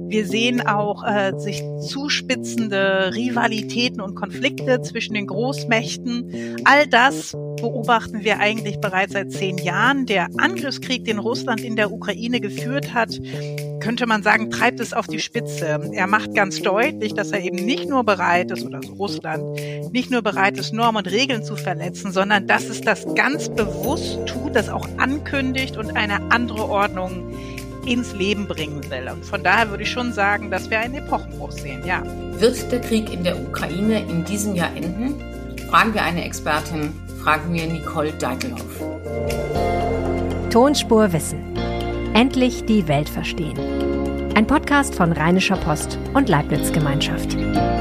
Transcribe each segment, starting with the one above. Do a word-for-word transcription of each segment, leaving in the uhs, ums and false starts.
Wir sehen auch äh, sich zuspitzende Rivalitäten und Konflikte zwischen den Großmächten. All das beobachten wir eigentlich bereits seit zehn Jahren. Der Angriffskrieg, den Russland in der Ukraine geführt hat, könnte man sagen, treibt es auf die Spitze. Er macht ganz deutlich, dass er eben nicht nur bereit ist, oder so Russland, nicht nur bereit ist, Normen und Regeln zu verletzen, sondern dass es das ganz bewusst tut, das auch ankündigt und eine andere Ordnung ins Leben bringen will. Und von daher würde ich schon sagen, dass wir einen Epochenbruch sehen, ja. Wird der Krieg in der Ukraine in diesem Jahr enden? Fragen wir eine Expertin, fragen wir Nicole Deitelhoff. Tonspur Wissen. Endlich die Welt verstehen. Ein Podcast von Rheinischer Post und Leibniz Gemeinschaft.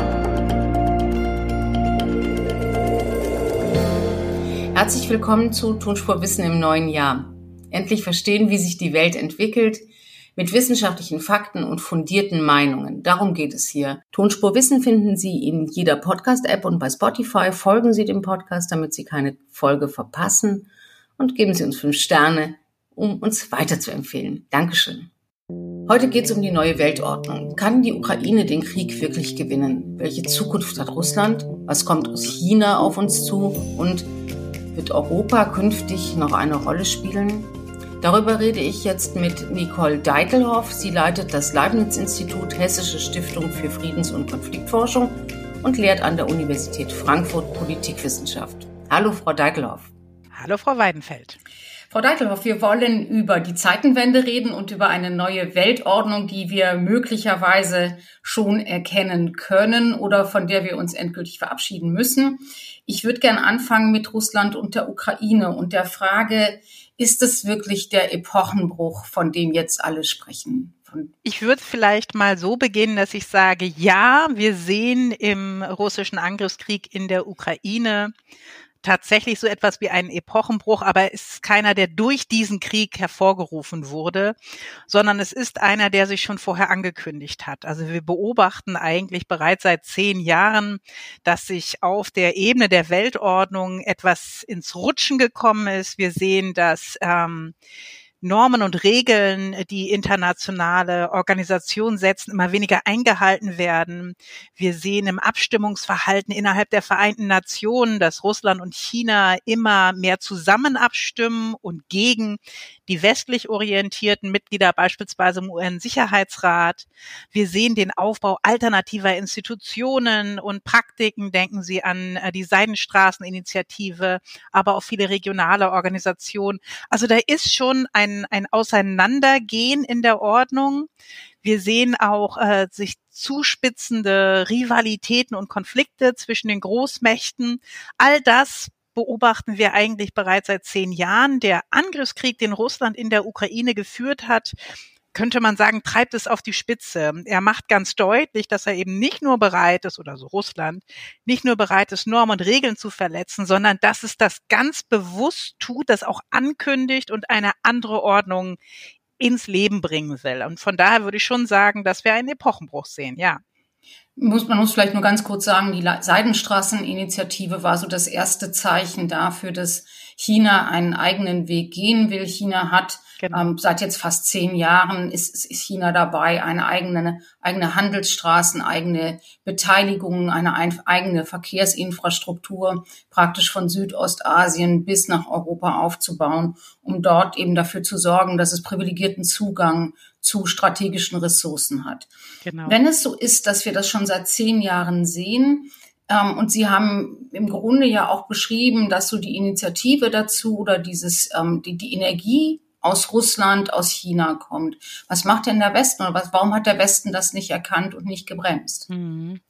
Herzlich willkommen zu Tonspur Wissen im neuen Jahr. Endlich verstehen, wie sich die Welt entwickelt, mit wissenschaftlichen Fakten und fundierten Meinungen. Darum geht es hier. Tonspur Wissen finden Sie in jeder Podcast-App und bei Spotify. Folgen Sie dem Podcast, damit Sie keine Folge verpassen. Und geben Sie uns fünf Sterne, um uns weiterzuempfehlen. Dankeschön. Heute geht es um die neue Weltordnung. Kann die Ukraine den Krieg wirklich gewinnen? Welche Zukunft hat Russland? Was kommt aus China auf uns zu? Und wird Europa künftig noch eine Rolle spielen? Darüber rede ich jetzt mit Nicole Deitelhoff. Sie leitet das Leibniz-Institut Hessische Stiftung für Friedens- und Konfliktforschung und lehrt an der Universität Frankfurt Politikwissenschaft. Hallo, Frau Deitelhoff. Hallo, Frau Weidenfeld. Frau Deitelhoff, wir wollen über die Zeitenwende reden und über eine neue Weltordnung, die wir möglicherweise schon erkennen können oder von der wir uns endgültig verabschieden müssen. Ich würde gern anfangen mit Russland und der Ukraine und der Frage, ist es wirklich der Epochenbruch, von dem jetzt alle sprechen? Von Ich würde vielleicht mal so beginnen, dass ich sage, ja, wir sehen im russischen Angriffskrieg in der Ukraine tatsächlich so etwas wie einen Epochenbruch, aber es ist keiner, der durch diesen Krieg hervorgerufen wurde, sondern es ist einer, der sich schon vorher angekündigt hat. Also wir beobachten eigentlich bereits seit zehn Jahren, dass sich auf der Ebene der Weltordnung etwas ins Rutschen gekommen ist. Wir sehen, dass ähm, Normen und Regeln, die internationale Organisationen setzen, immer weniger eingehalten werden. Wir sehen im Abstimmungsverhalten innerhalb der Vereinten Nationen, dass Russland und China immer mehr zusammen abstimmen und gegen die westlich orientierten Mitglieder, beispielsweise im U N-Sicherheitsrat. Wir sehen den Aufbau alternativer Institutionen und Praktiken. Denken Sie an die Seidenstraßeninitiative, aber auch viele regionale Organisationen. Also da ist schon ein Ein, ein Auseinandergehen in der Ordnung. Wir sehen auch äh, sich zuspitzende Rivalitäten und Konflikte zwischen den Großmächten. All das beobachten wir eigentlich bereits seit zehn Jahren. Der Angriffskrieg, den Russland in der Ukraine geführt hat, könnte man sagen, treibt es auf die Spitze. Er macht ganz deutlich, dass er eben nicht nur bereit ist, oder so Russland, nicht nur bereit ist, Normen und Regeln zu verletzen, sondern dass es das ganz bewusst tut, das auch ankündigt und eine andere Ordnung ins Leben bringen will. Und von daher würde ich schon sagen, dass wir einen Epochenbruch sehen, ja. Muss, man muss vielleicht nur ganz kurz sagen, die Seidenstraßeninitiative war so das erste Zeichen dafür, dass China einen eigenen Weg gehen will. China hat genau. ähm, seit jetzt fast zehn Jahren ist, ist China dabei, eine eigene, eigene Handelsstraßen, eigene Beteiligungen, eine ein, eigene Verkehrsinfrastruktur praktisch von Südostasien bis nach Europa aufzubauen, um dort eben dafür zu sorgen, dass es privilegierten Zugang zu strategischen Ressourcen hat. Genau. Wenn es so ist, dass wir das schon seit zehn Jahren sehen, ähm, und Sie haben im Grunde ja auch beschrieben, dass so die Initiative dazu oder dieses ähm, die, die Energie aus Russland, aus China kommt. Was macht denn der Westen oder was, warum hat der Westen das nicht erkannt und nicht gebremst? Mhm.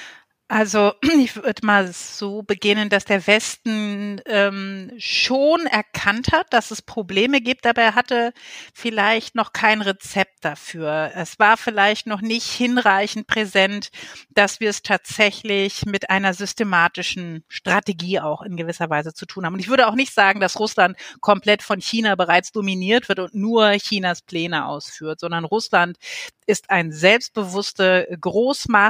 Also ich würde mal so beginnen, dass der Westen ähm, schon erkannt hat, dass es Probleme gibt, aber er hatte vielleicht noch kein Rezept dafür. Es war vielleicht noch nicht hinreichend präsent, dass wir es tatsächlich mit einer systematischen Strategie auch in gewisser Weise zu tun haben. Und ich würde auch nicht sagen, dass Russland komplett von China bereits dominiert wird und nur Chinas Pläne ausführt, sondern Russland ist eine selbstbewusste Großmacht,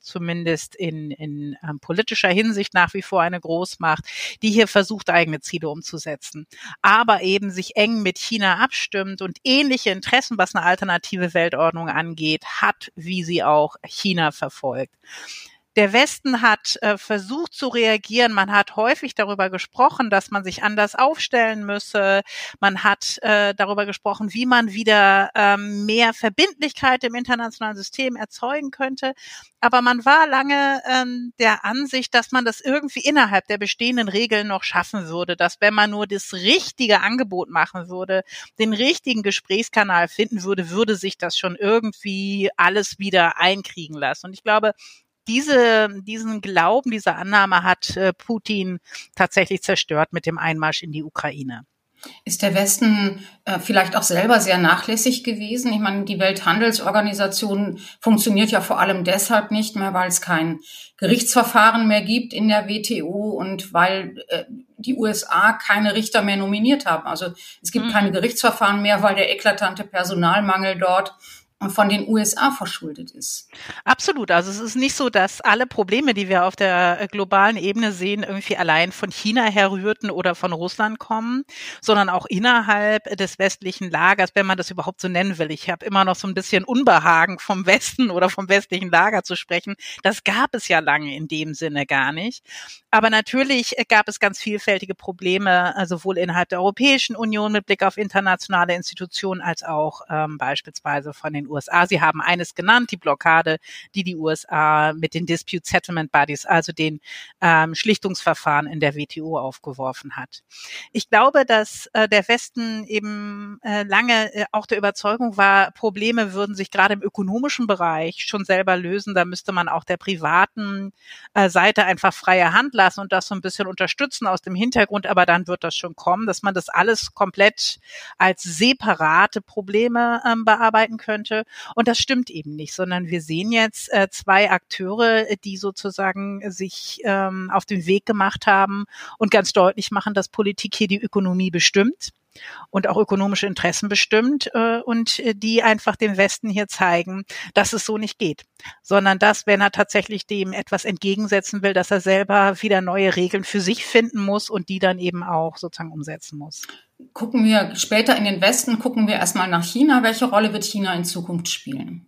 zumindest in, in ähm, politischer Hinsicht nach wie vor eine Großmacht, die hier versucht, eigene Ziele umzusetzen, aber eben sich eng mit China abstimmt und ähnliche Interessen, was eine alternative Weltordnung angeht, hat, wie sie auch China verfolgt. Der Westen hat äh, versucht zu reagieren. Man hat häufig darüber gesprochen, dass man sich anders aufstellen müsse. Man hat äh, darüber gesprochen, wie man wieder ähm, mehr Verbindlichkeit im internationalen System erzeugen könnte. Aber man war lange ähm, der Ansicht, dass man das irgendwie innerhalb der bestehenden Regeln noch schaffen würde, dass wenn man nur das richtige Angebot machen würde, den richtigen Gesprächskanal finden würde, würde sich das schon irgendwie alles wieder einkriegen lassen. Und ich glaube, Diese, diesen Glauben, diese Annahme hat äh, Putin tatsächlich zerstört mit dem Einmarsch in die Ukraine. Ist der Westen äh, vielleicht auch selber sehr nachlässig gewesen? Ich meine, die Welthandelsorganisation funktioniert ja vor allem deshalb nicht mehr, weil es kein Gerichtsverfahren mehr gibt in der W T O und weil äh, die U S A keine Richter mehr nominiert haben. Also es gibt mhm. keine Gerichtsverfahren mehr, weil der eklatante Personalmangel dort von den U S A verschuldet ist. Absolut. Also es ist nicht so, dass alle Probleme, die wir auf der globalen Ebene sehen, irgendwie allein von China herrührten oder von Russland kommen, sondern auch innerhalb des westlichen Lagers, wenn man das überhaupt so nennen will. Ich habe immer noch so ein bisschen Unbehagen vom Westen oder vom westlichen Lager zu sprechen. Das gab es ja lange in dem Sinne gar nicht. Aber natürlich gab es ganz vielfältige Probleme, sowohl innerhalb der Europäischen Union mit Blick auf internationale Institutionen als auch ähm, beispielsweise von den U S A. Sie haben eines genannt, die Blockade, die die U S A mit den Dispute Settlement Bodies, also den ähm, Schlichtungsverfahren in der W T O aufgeworfen hat. Ich glaube, dass äh, der Westen eben äh, lange äh, auch der Überzeugung war, Probleme würden sich gerade im ökonomischen Bereich schon selber lösen. Da müsste man auch der privaten äh, Seite einfach freie Hand lassen und das so ein bisschen unterstützen aus dem Hintergrund, aber dann wird das schon kommen, dass man das alles komplett als separate Probleme ähm, bearbeiten könnte. Und das stimmt eben nicht, sondern wir sehen jetzt äh, zwei Akteure, die sozusagen sich ähm, auf den Weg gemacht haben und ganz deutlich machen, dass Politik hier die Ökonomie bestimmt und auch ökonomische Interessen bestimmt äh, und äh, die einfach dem Westen hier zeigen, dass es so nicht geht, sondern dass, wenn er tatsächlich dem etwas entgegensetzen will, dass er selber wieder neue Regeln für sich finden muss und die dann eben auch sozusagen umsetzen muss. Gucken wir später in den Westen, gucken wir erstmal nach China. Welche Rolle wird China in Zukunft spielen?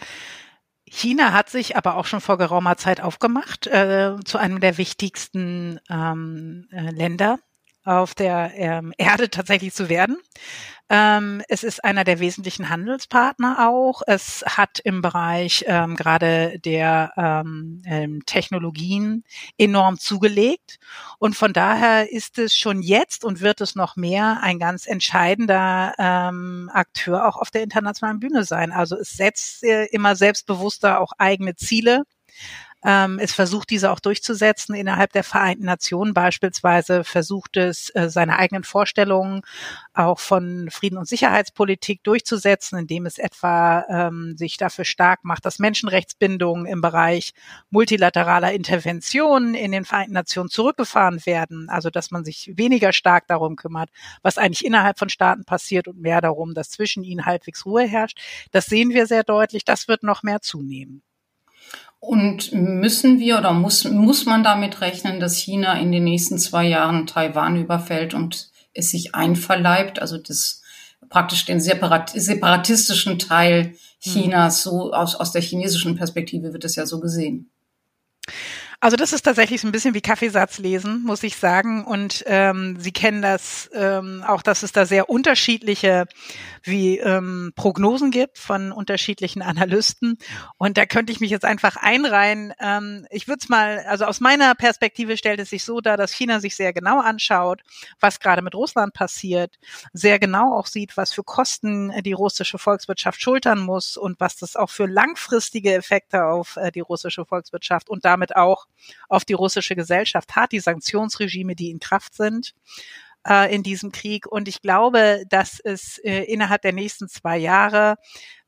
China hat sich aber auch schon vor geraumer Zeit aufgemacht äh, zu einem der wichtigsten ähm, äh, Länder auf der ähm, Erde tatsächlich zu werden. Ähm, es ist einer der wesentlichen Handelspartner auch. Es hat im Bereich ähm, gerade der ähm, ähm, Technologien enorm zugelegt. Und von daher ist es schon jetzt und wird es noch mehr ein ganz entscheidender ähm, Akteur auch auf der internationalen Bühne sein. Also es setzt äh, immer selbstbewusster auch eigene Ziele. Ähm, es versucht, diese auch durchzusetzen innerhalb der Vereinten Nationen beispielsweise, versucht es, äh, seine eigenen Vorstellungen auch von Frieden- und Sicherheitspolitik durchzusetzen, indem es etwa ähm, sich dafür stark macht, dass Menschenrechtsbindungen im Bereich multilateraler Interventionen in den Vereinten Nationen zurückgefahren werden, also dass man sich weniger stark darum kümmert, was eigentlich innerhalb von Staaten passiert und mehr darum, dass zwischen ihnen halbwegs Ruhe herrscht. Das sehen wir sehr deutlich, das wird noch mehr zunehmen. Und müssen wir oder muss, muss man damit rechnen, dass China in den nächsten zwei Jahren Taiwan überfällt und es sich einverleibt, also das praktisch den separat, separatistischen Teil Chinas, so aus, aus der chinesischen Perspektive wird es ja so gesehen. Also das ist tatsächlich so ein bisschen wie Kaffeesatz lesen, muss ich sagen. Und ähm, Sie kennen das ähm, auch, dass es da sehr unterschiedliche wie ähm, Prognosen gibt von unterschiedlichen Analysten. Und da könnte ich mich jetzt einfach einreihen. Ähm, ich würde es mal, also aus meiner Perspektive stellt es sich so dar, dass China sich sehr genau anschaut, was gerade mit Russland passiert, sehr genau auch sieht, was für Kosten die russische Volkswirtschaft schultern muss und was das auch für langfristige Effekte auf äh, die russische Volkswirtschaft und damit auch auf die russische Gesellschaft hat, die Sanktionsregime, die in Kraft sind äh, in diesem Krieg. Und ich glaube, dass es äh, innerhalb der nächsten zwei Jahre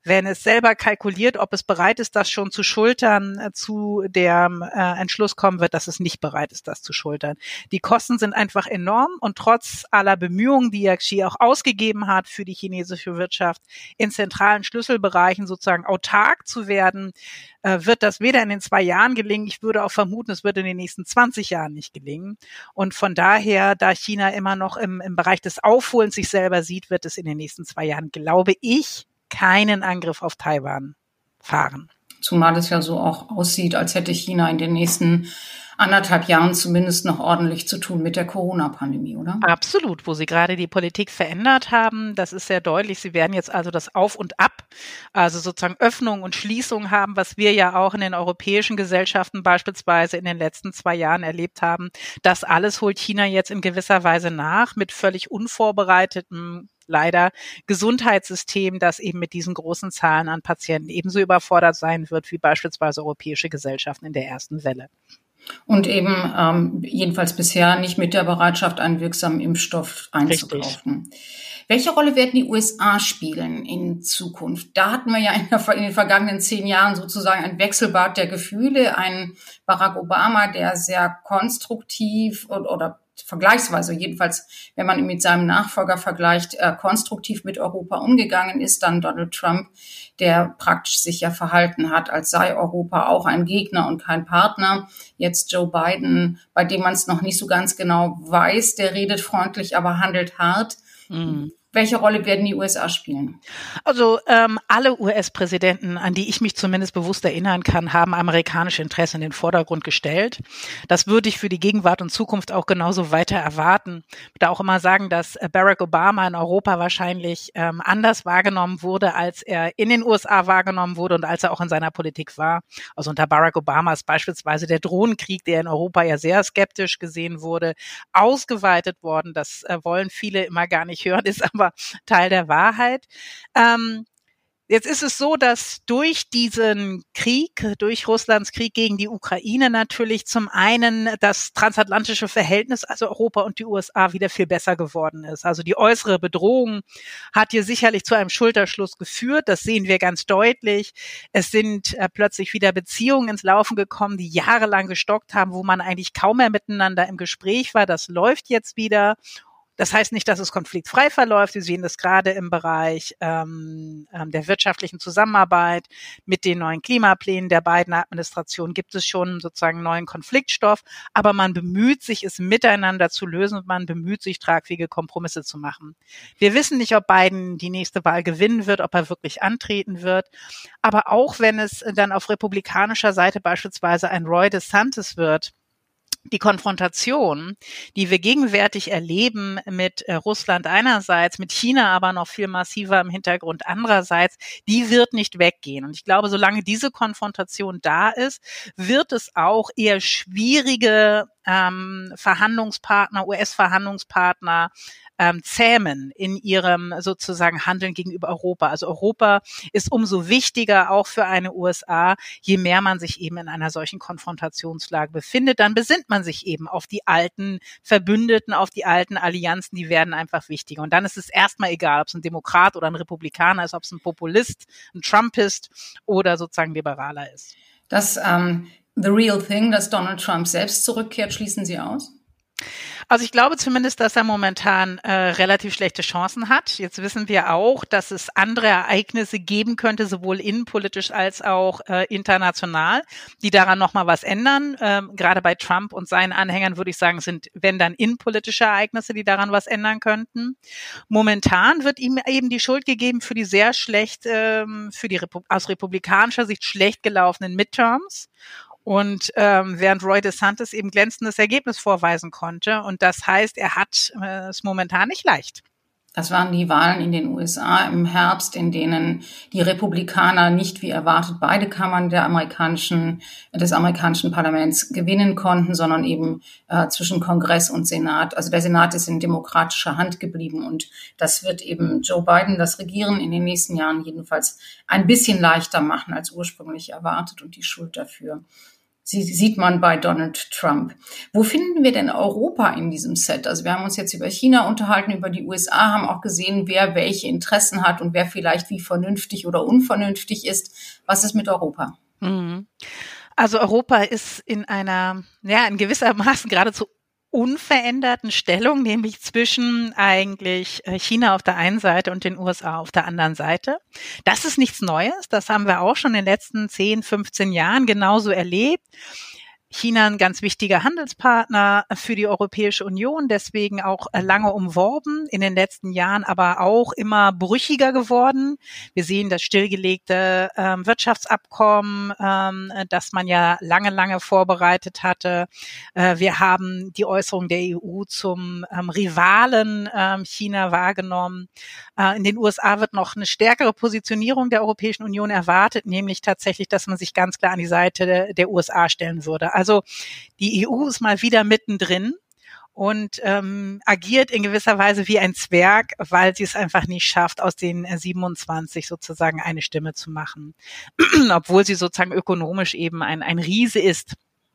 wenn es selber kalkuliert, ob es bereit ist, das schon zu schultern, äh, zu dem äh, Entschluss kommen wird, dass es nicht bereit ist, das zu schultern. Die Kosten sind einfach enorm und trotz aller Bemühungen, die Xi auch ausgegeben hat für die chinesische Wirtschaft, in zentralen Schlüsselbereichen sozusagen autark zu werden, äh, wird das weder in den zwei Jahren gelingen. Ich würde auch vermuten, es wird in den nächsten zwanzig Jahren nicht gelingen. Und von daher, da China immer noch im, im Bereich des Aufholens sich selber sieht, wird es in den nächsten zwei Jahren, glaube ich, keinen Angriff auf Taiwan fahren. Zumal es ja so auch aussieht, als hätte China in den nächsten anderthalb Jahren zumindest noch ordentlich zu tun mit der Corona-Pandemie, oder? Absolut, wo Sie gerade die Politik verändert haben. Das ist sehr deutlich. Sie werden jetzt also das Auf und Ab, also sozusagen Öffnung und Schließung haben, was wir ja auch in den europäischen Gesellschaften beispielsweise in den letzten zwei Jahren erlebt haben. Das alles holt China jetzt in gewisser Weise nach mit völlig unvorbereitetem leider Gesundheitssystem, das eben mit diesen großen Zahlen an Patienten ebenso überfordert sein wird wie beispielsweise europäische Gesellschaften in der ersten Welle. Und eben ähm, jedenfalls bisher nicht mit der Bereitschaft, einen wirksamen Impfstoff einzukaufen. Richtig. Welche Rolle werden die U S A spielen in Zukunft? Da hatten wir ja in, der, in den vergangenen zehn Jahren sozusagen ein Wechselbad der Gefühle. Einen Barack Obama, der sehr konstruktiv oder, oder vergleichsweise, jedenfalls, wenn man ihn mit seinem Nachfolger vergleicht, äh, konstruktiv mit Europa umgegangen ist, dann Donald Trump, der praktisch sich ja verhalten hat, als sei Europa auch ein Gegner und kein Partner. Jetzt Joe Biden, bei dem man es noch nicht so ganz genau weiß, der redet freundlich, aber handelt hart. Mhm. Welche Rolle werden die U S A spielen? Also ähm, alle U S-Präsidenten, an die ich mich zumindest bewusst erinnern kann, haben amerikanische Interessen in den Vordergrund gestellt. Das würde ich für die Gegenwart und Zukunft auch genauso weiter erwarten. Ich würde auch immer sagen, dass Barack Obama in Europa wahrscheinlich ähm, anders wahrgenommen wurde, als er in den U S A wahrgenommen wurde und als er auch in seiner Politik war. Also unter Barack Obama ist beispielsweise der Drohnenkrieg, der in Europa ja sehr skeptisch gesehen wurde, ausgeweitet worden. Das äh, wollen viele immer gar nicht hören, ist aber Teil der Wahrheit. Ähm, jetzt ist es so, dass durch diesen Krieg, durch Russlands Krieg gegen die Ukraine natürlich zum einen das transatlantische Verhältnis, also Europa und die U S A, wieder viel besser geworden ist. Also die äußere Bedrohung hat hier sicherlich zu einem Schulterschluss geführt. Das sehen wir ganz deutlich. Es sind äh, plötzlich wieder Beziehungen ins Laufen gekommen, die jahrelang gestockt haben, wo man eigentlich kaum mehr miteinander im Gespräch war. Das läuft jetzt wieder. Das heißt nicht, dass es konfliktfrei verläuft. Wir sehen das gerade im Bereich ähm, der wirtschaftlichen Zusammenarbeit mit den neuen Klimaplänen der beiden Administrationen gibt es schon sozusagen neuen Konfliktstoff. Aber man bemüht sich, es miteinander zu lösen und man bemüht sich, tragfähige Kompromisse zu machen. Wir wissen nicht, ob Biden die nächste Wahl gewinnen wird, ob er wirklich antreten wird. Aber auch wenn es dann auf republikanischer Seite beispielsweise ein Roy DeSantis wird, die Konfrontation, die wir gegenwärtig erleben mit äh, Russland einerseits, mit China aber noch viel massiver im Hintergrund andererseits, die wird nicht weggehen. Und ich glaube, solange diese Konfrontation da ist, wird es auch eher schwierige ähm, Verhandlungspartner, U S-Verhandlungspartner ähm, zähmen in ihrem sozusagen Handeln gegenüber Europa. Also Europa ist umso wichtiger auch für eine U S A, je mehr man sich eben in einer solchen Konfrontationslage befindet. Dann besinnt man sich eben auf die alten Verbündeten, auf die alten Allianzen, die werden einfach wichtiger. Und dann ist es erstmal egal, ob es ein Demokrat oder ein Republikaner ist, ob es ein Populist, ein Trumpist oder sozusagen Liberaler ist. Das ähm, The Real Thing, dass Donald Trump selbst zurückkehrt, schließen Sie aus? Also ich glaube zumindest, dass er momentan äh, relativ schlechte Chancen hat. Jetzt wissen wir auch, dass es andere Ereignisse geben könnte, sowohl innenpolitisch als auch äh, international, die daran nochmal was ändern. Ähm, gerade bei Trump und seinen Anhängern würde ich sagen, sind, wenn dann innenpolitische Ereignisse, die daran was ändern könnten. Momentan wird ihm eben die Schuld gegeben für die sehr schlecht, ähm, für die Repu- aus republikanischer Sicht schlecht gelaufenen Midterms. Und ähm, während Roy DeSantis eben glänzendes Ergebnis vorweisen konnte. Und das heißt, er hat äh, es momentan nicht leicht. Das waren die Wahlen in den U S A im Herbst, in denen die Republikaner nicht wie erwartet beide Kammern der amerikanischen, des amerikanischen Parlaments gewinnen konnten, sondern eben äh, zwischen Kongress und Senat. Also der Senat ist in demokratischer Hand geblieben und das wird eben Joe Biden, das Regieren in den nächsten Jahren jedenfalls ein bisschen leichter machen als ursprünglich erwartet und die Schuld dafür Sie sieht man bei Donald Trump. Wo finden wir denn Europa in diesem Set? Also wir haben uns jetzt über China unterhalten, über die U S A, haben auch gesehen, wer welche Interessen hat und wer vielleicht wie vernünftig oder unvernünftig ist. Was ist mit Europa? Also Europa ist in einer, ja, in gewissermaßen geradezu unveränderten Stellung, nämlich zwischen eigentlich China auf der einen Seite und den U S A auf der anderen Seite. Das ist nichts Neues, das haben wir auch schon in den letzten zehn, fünfzehn Jahren genauso erlebt. China ein ganz wichtiger Handelspartner für die Europäische Union, deswegen auch lange umworben, in den letzten Jahren aber auch immer brüchiger geworden. Wir sehen das stillgelegte ähm, Wirtschaftsabkommen, ähm, das man ja lange, lange vorbereitet hatte. Äh, wir haben die Äußerung der E U zum ähm, Rivalen ähm, China wahrgenommen. Äh, in den U S A wird noch eine stärkere Positionierung der Europäischen Union erwartet, nämlich tatsächlich, dass man sich ganz klar an die Seite der, der U S A stellen würde. Also die E U ist mal wieder mittendrin und ähm, agiert in gewisser Weise wie ein Zwerg, weil sie es einfach nicht schafft, aus den siebenundzwanzig sozusagen eine Stimme zu machen, obwohl sie sozusagen ökonomisch eben ein, ein Riese ist.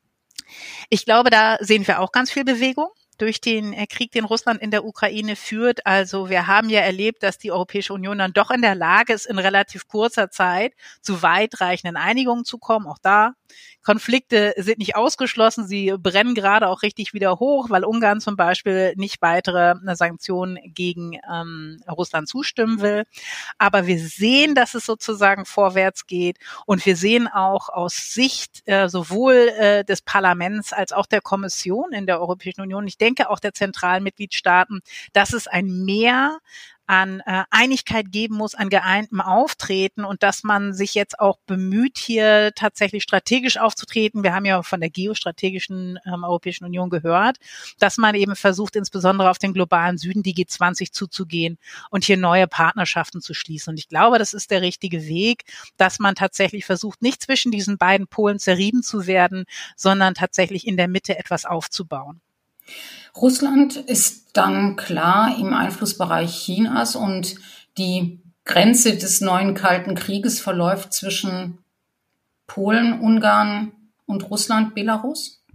Ich glaube, da sehen wir auch ganz viel Bewegung durch den Krieg, den Russland in der Ukraine führt. Also wir haben ja erlebt, dass die Europäische Union dann doch in der Lage ist, in relativ kurzer Zeit zu weitreichenden Einigungen zu kommen. Auch da, Konflikte sind nicht ausgeschlossen, sie brennen gerade auch richtig wieder hoch, weil Ungarn zum Beispiel nicht weitere Sanktionen gegen ähm, Russland zustimmen will. Aber wir sehen, dass es sozusagen vorwärts geht und wir sehen auch aus Sicht äh, sowohl äh, des Parlaments als auch der Kommission in der Europäischen Union, ich denke auch der zentralen Mitgliedstaaten, dass es ein Mehr an äh, Einigkeit geben muss, an geeintem Auftreten und dass man sich jetzt auch bemüht, hier tatsächlich strategisch aufzutreten. Wir haben ja von der geostrategischen ähm, Europäischen Union gehört, dass man eben versucht, insbesondere auf den globalen Süden, die G zwanzig zuzugehen und hier neue Partnerschaften zu schließen. Und ich glaube, das ist der richtige Weg, dass man tatsächlich versucht, nicht zwischen diesen beiden Polen zerrieben zu werden, sondern tatsächlich in der Mitte etwas aufzubauen. Russland ist dann klar im Einflussbereich Chinas und die Grenze des neuen Kalten Krieges verläuft zwischen Polen, Ungarn und Russland, Belarus?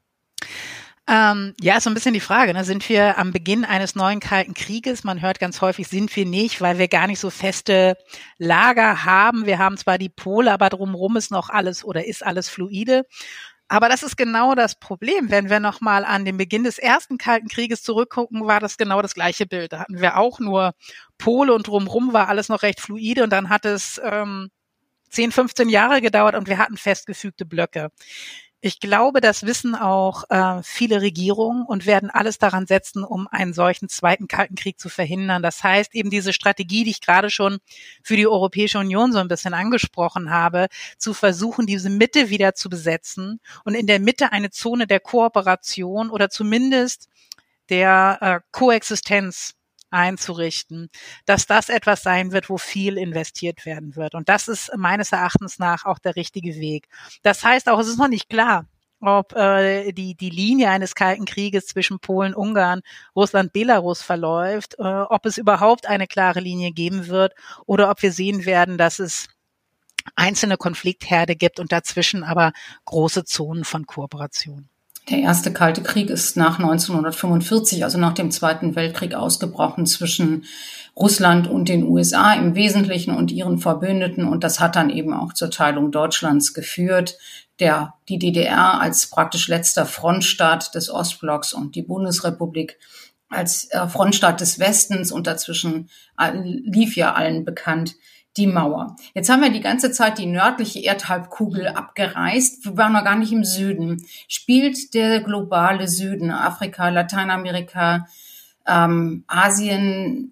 Ähm, ja, ist so ein bisschen die Frage, ne? Sind wir am Beginn eines neuen Kalten Krieges? Man hört ganz häufig, sind wir nicht, weil wir gar nicht so feste Lager haben. Wir haben zwar die Pole, aber drumherum ist noch alles oder ist alles fluide. Aber das ist genau das Problem. Wenn wir nochmal an den Beginn des ersten Kalten Krieges zurückgucken, war das genau das gleiche Bild. Da hatten wir auch nur Pole und drumherum war alles noch recht fluide und dann hat es ähm, zehn, fünfzehn Jahre gedauert und wir hatten festgefügte Blöcke. Ich glaube, das wissen auch äh, viele Regierungen und werden alles daran setzen, um einen solchen zweiten Kalten Krieg zu verhindern. Das heißt, eben diese Strategie, die ich gerade schon für die Europäische Union so ein bisschen angesprochen habe, zu versuchen, diese Mitte wieder zu besetzen und in der Mitte eine Zone der Kooperation oder zumindest der äh, Koexistenz einzurichten, dass das etwas sein wird, wo viel investiert werden wird. Und das ist meines Erachtens nach auch der richtige Weg. Das heißt auch, es ist noch nicht klar, ob äh, die die Linie eines Kalten Krieges zwischen Polen, Ungarn, Russland, Belarus verläuft, äh, ob es überhaupt eine klare Linie geben wird oder ob wir sehen werden, dass es einzelne Konfliktherde gibt und dazwischen aber große Zonen von Kooperation. Der erste Kalte Krieg ist nach neunzehnhundertfünfundvierzig, also nach dem Zweiten Weltkrieg, ausgebrochen zwischen Russland und den U S A im Wesentlichen und ihren Verbündeten. Und das hat dann eben auch zur Teilung Deutschlands geführt. Der, die D D R als praktisch letzter Frontstaat des Ostblocks und die Bundesrepublik als äh, Frontstaat des Westens. Und dazwischen äh, lief ja allen bekannt die Mauer. Jetzt haben wir die ganze Zeit die nördliche Erdhalbkugel abgereist. Wir waren noch gar nicht im Süden. Spielt der globale Süden, Afrika, Lateinamerika, ähm, Asien,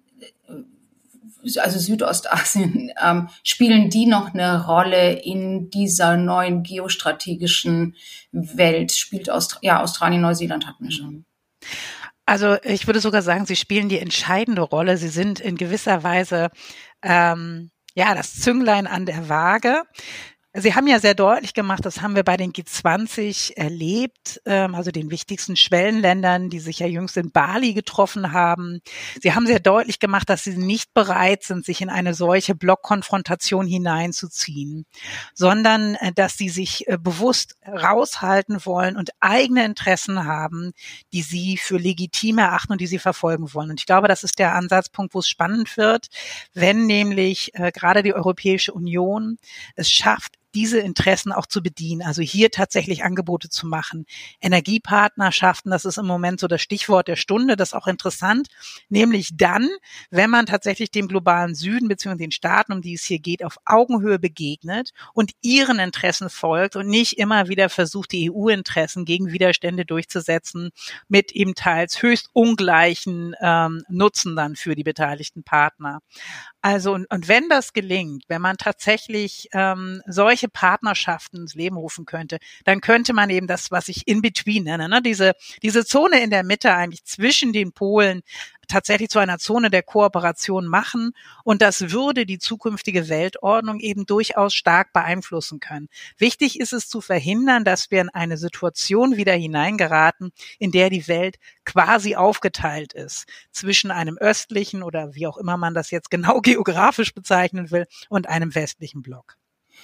also Südostasien, ähm, spielen die noch eine Rolle in dieser neuen geostrategischen Welt? Spielt Austra- ja, Australien, Neuseeland hatten wir schon. Also ich würde sogar sagen, sie spielen die entscheidende Rolle. Sie sind in gewisser Weise ähm, ja, das Zünglein an der Waage. Sie haben ja sehr deutlich gemacht, das haben wir bei den G zwanzig erlebt, also den wichtigsten Schwellenländern, die sich ja jüngst in Bali getroffen haben. Sie haben sehr deutlich gemacht, dass sie nicht bereit sind, sich in eine solche Blockkonfrontation hineinzuziehen, sondern dass sie sich bewusst raushalten wollen und eigene Interessen haben, die sie für legitim erachten und die sie verfolgen wollen. Und ich glaube, das ist der Ansatzpunkt, wo es spannend wird, wenn nämlich äh, gerade die Europäische Union es schafft, diese Interessen auch zu bedienen, also hier tatsächlich Angebote zu machen. Energiepartnerschaften, das ist im Moment so das Stichwort der Stunde, das ist auch interessant, nämlich dann, wenn man tatsächlich dem globalen Süden bzw. den Staaten, um die es hier geht, auf Augenhöhe begegnet und ihren Interessen folgt und nicht immer wieder versucht, die E U-Interessen gegen Widerstände durchzusetzen mit eben teils höchst ungleichen ähm, Nutzen dann für die beteiligten Partner. Also und, und wenn das gelingt, wenn man tatsächlich ähm, solche Partnerschaften ins Leben rufen könnte, dann könnte man eben das, was ich in-between nenne, ne, diese diese Zone in der Mitte eigentlich zwischen den Polen tatsächlich zu einer Zone der Kooperation machen und das würde die zukünftige Weltordnung eben durchaus stark beeinflussen können. Wichtig ist es zu verhindern, dass wir in eine Situation wieder hineingeraten, in der die Welt quasi aufgeteilt ist zwischen einem östlichen oder wie auch immer man das jetzt genau geografisch bezeichnen will und einem westlichen Block.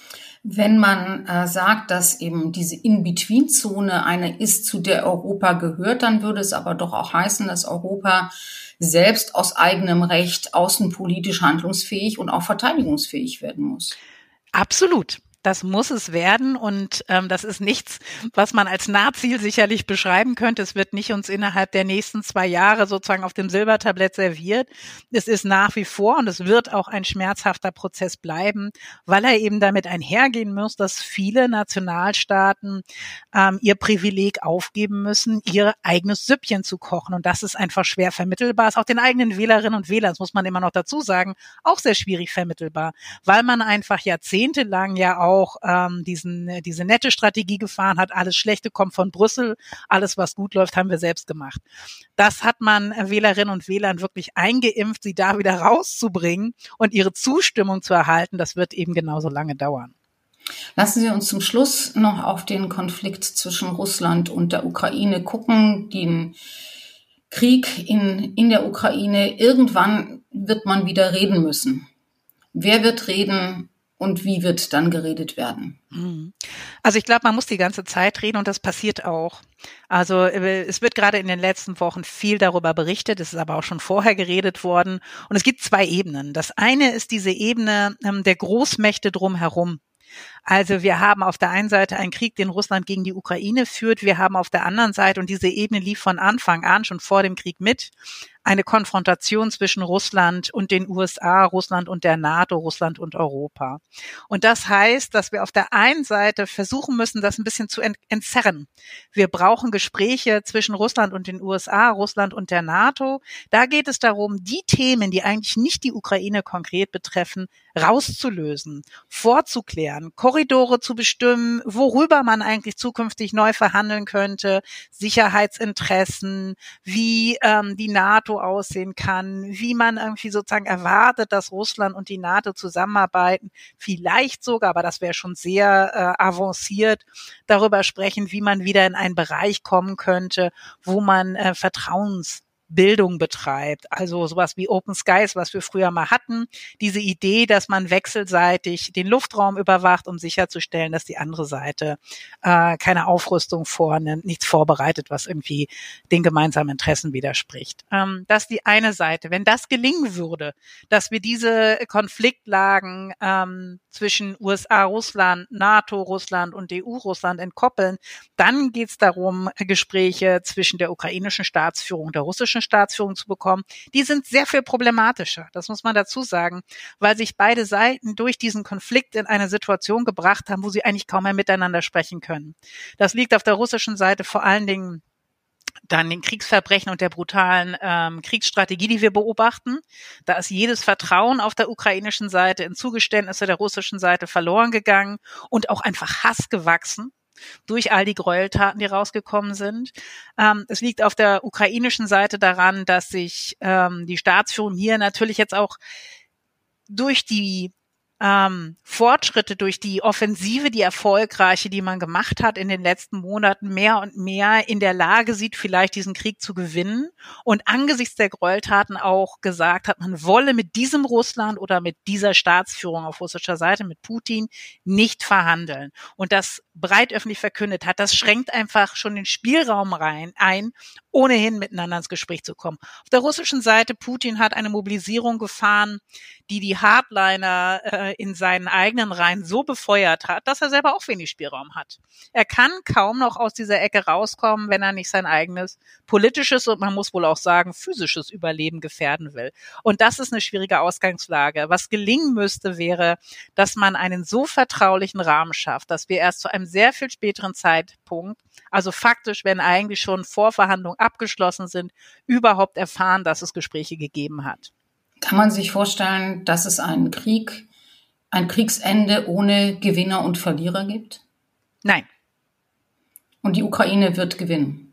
Wenn man äh, sagt, dass eben diese In-Between-Zone eine ist, zu der Europa gehört, dann würde es aber doch auch heißen, dass Europa selbst aus eigenem Recht außenpolitisch handlungsfähig und auch verteidigungsfähig werden muss. Absolut. Das muss es werden und ähm, das ist nichts, was man als Nahziel sicherlich beschreiben könnte. Es wird nicht uns innerhalb der nächsten zwei Jahre sozusagen auf dem Silbertablett serviert. Es ist nach wie vor und es wird auch ein schmerzhafter Prozess bleiben, weil er eben damit einhergehen muss, dass viele Nationalstaaten ähm, ihr Privileg aufgeben müssen, ihr eigenes Süppchen zu kochen. Und das ist einfach schwer vermittelbar. Ist auch den eigenen Wählerinnen und Wählern, das muss man immer noch dazu sagen, auch sehr schwierig vermittelbar, weil man einfach jahrzehntelang ja auch auch ähm, diesen diese nette Strategie gefahren hat, alles Schlechte kommt von Brüssel, alles was gut läuft, haben wir selbst gemacht. Das hat man Wählerinnen und Wählern wirklich eingeimpft, sie da wieder rauszubringen und ihre Zustimmung zu erhalten, das wird eben genauso lange dauern. Lassen Sie uns zum Schluss noch auf den Konflikt zwischen Russland und der Ukraine gucken, den Krieg in, in der Ukraine. Irgendwann wird man wieder reden müssen. Wer wird reden? Und wie wird dann geredet werden? Also ich glaube, man muss die ganze Zeit reden und das passiert auch. Also es wird gerade in den letzten Wochen viel darüber berichtet, es ist aber auch schon vorher geredet worden. Und es gibt zwei Ebenen. Das eine ist diese Ebene ähm, der Großmächte drumherum. Also wir haben auf der einen Seite einen Krieg, den Russland gegen die Ukraine führt. Wir haben auf der anderen Seite, und diese Ebene lief von Anfang an, schon vor dem Krieg mit, eine Konfrontation zwischen Russland und den U S A, Russland und der NATO, Russland und Europa. Und das heißt, dass wir auf der einen Seite versuchen müssen, das ein bisschen zu entzerren. Wir brauchen Gespräche zwischen Russland und den U S A, Russland und der NATO. Da geht es darum, die Themen, die eigentlich nicht die Ukraine konkret betreffen, rauszulösen, vorzuklären, Korridore zu bestimmen, worüber man eigentlich zukünftig neu verhandeln könnte, Sicherheitsinteressen, wie ähm, die NATO aussehen kann, wie man irgendwie sozusagen erwartet, dass Russland und die NATO zusammenarbeiten, vielleicht sogar, aber das wäre schon sehr äh, avanciert, darüber sprechen, wie man wieder in einen Bereich kommen könnte, wo man äh, Vertrauens Bildung betreibt, also sowas wie Open Skies, was wir früher mal hatten, diese Idee, dass man wechselseitig den Luftraum überwacht, um sicherzustellen, dass die andere Seite äh, keine Aufrüstung vornimmt, nichts vorbereitet, was irgendwie den gemeinsamen Interessen widerspricht. Ähm, das ist die eine Seite. Wenn das gelingen würde, dass wir diese Konfliktlagen ähm, zwischen U S A, Russland, NATO, Russland und E U, Russland entkoppeln, dann geht es darum, Gespräche zwischen der ukrainischen Staatsführung und der russischen Staatsführung zu bekommen. Die sind sehr viel problematischer, das muss man dazu sagen, weil sich beide Seiten durch diesen Konflikt in eine Situation gebracht haben, wo sie eigentlich kaum mehr miteinander sprechen können. Das liegt auf der russischen Seite vor allen Dingen dann den Kriegsverbrechen und der brutalen ähm, Kriegsstrategie, die wir beobachten. Da ist jedes Vertrauen auf der ukrainischen Seite in Zugeständnisse der russischen Seite verloren gegangen und auch einfach Hass gewachsen durch all die Gräueltaten, die rausgekommen sind. Ähm, es liegt auf der ukrainischen Seite daran, dass sich ähm, die Staatsführung hier natürlich jetzt auch durch die ähm, Fortschritte, durch die Offensive, die erfolgreiche, die man gemacht hat in den letzten Monaten, mehr und mehr in der Lage sieht, vielleicht diesen Krieg zu gewinnen und angesichts der Gräueltaten auch gesagt hat, man wolle mit diesem Russland oder mit dieser Staatsführung auf russischer Seite, mit Putin, nicht verhandeln. Und das breit öffentlich verkündet hat, das schränkt einfach schon den Spielraum rein ein, ohnehin miteinander ins Gespräch zu kommen. Auf der russischen Seite, Putin hat eine Mobilisierung gefahren, die die Hardliner äh, in seinen eigenen Reihen so befeuert hat, dass er selber auch wenig Spielraum hat. Er kann kaum noch aus dieser Ecke rauskommen, wenn er nicht sein eigenes politisches und man muss wohl auch sagen physisches Überleben gefährden will. Und das ist eine schwierige Ausgangslage. Was gelingen müsste, wäre, dass man einen so vertraulichen Rahmen schafft, dass wir erst zu einem sehr viel späteren Zeitpunkt, also faktisch, wenn eigentlich schon Vorverhandlungen abgeschlossen sind, überhaupt erfahren, dass es Gespräche gegeben hat. Kann man sich vorstellen, dass es einen Krieg, ein Kriegsende ohne Gewinner und Verlierer gibt? Nein. Und die Ukraine wird gewinnen?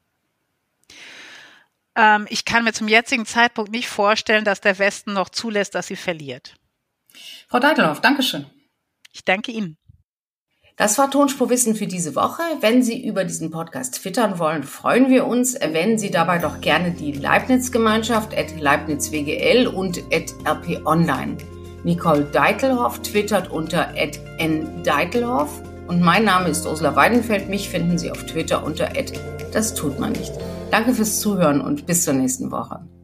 Ähm, ich kann mir zum jetzigen Zeitpunkt nicht vorstellen, dass der Westen noch zulässt, dass sie verliert. Frau Deitelhoff, Dankeschön. Ich danke Ihnen. Das war Tonspurwissen für diese Woche. Wenn Sie über diesen Podcast twittern wollen, freuen wir uns. Erwähnen Sie dabei doch gerne die Leibniz-Gemeinschaft at leibnizwgl und at rponline. Nicole Deitelhoff twittert unter at ndeitelhoff und mein Name ist Ursula Weidenfeld. Mich finden Sie auf Twitter unter at das tut man nicht. Danke fürs Zuhören und bis zur nächsten Woche.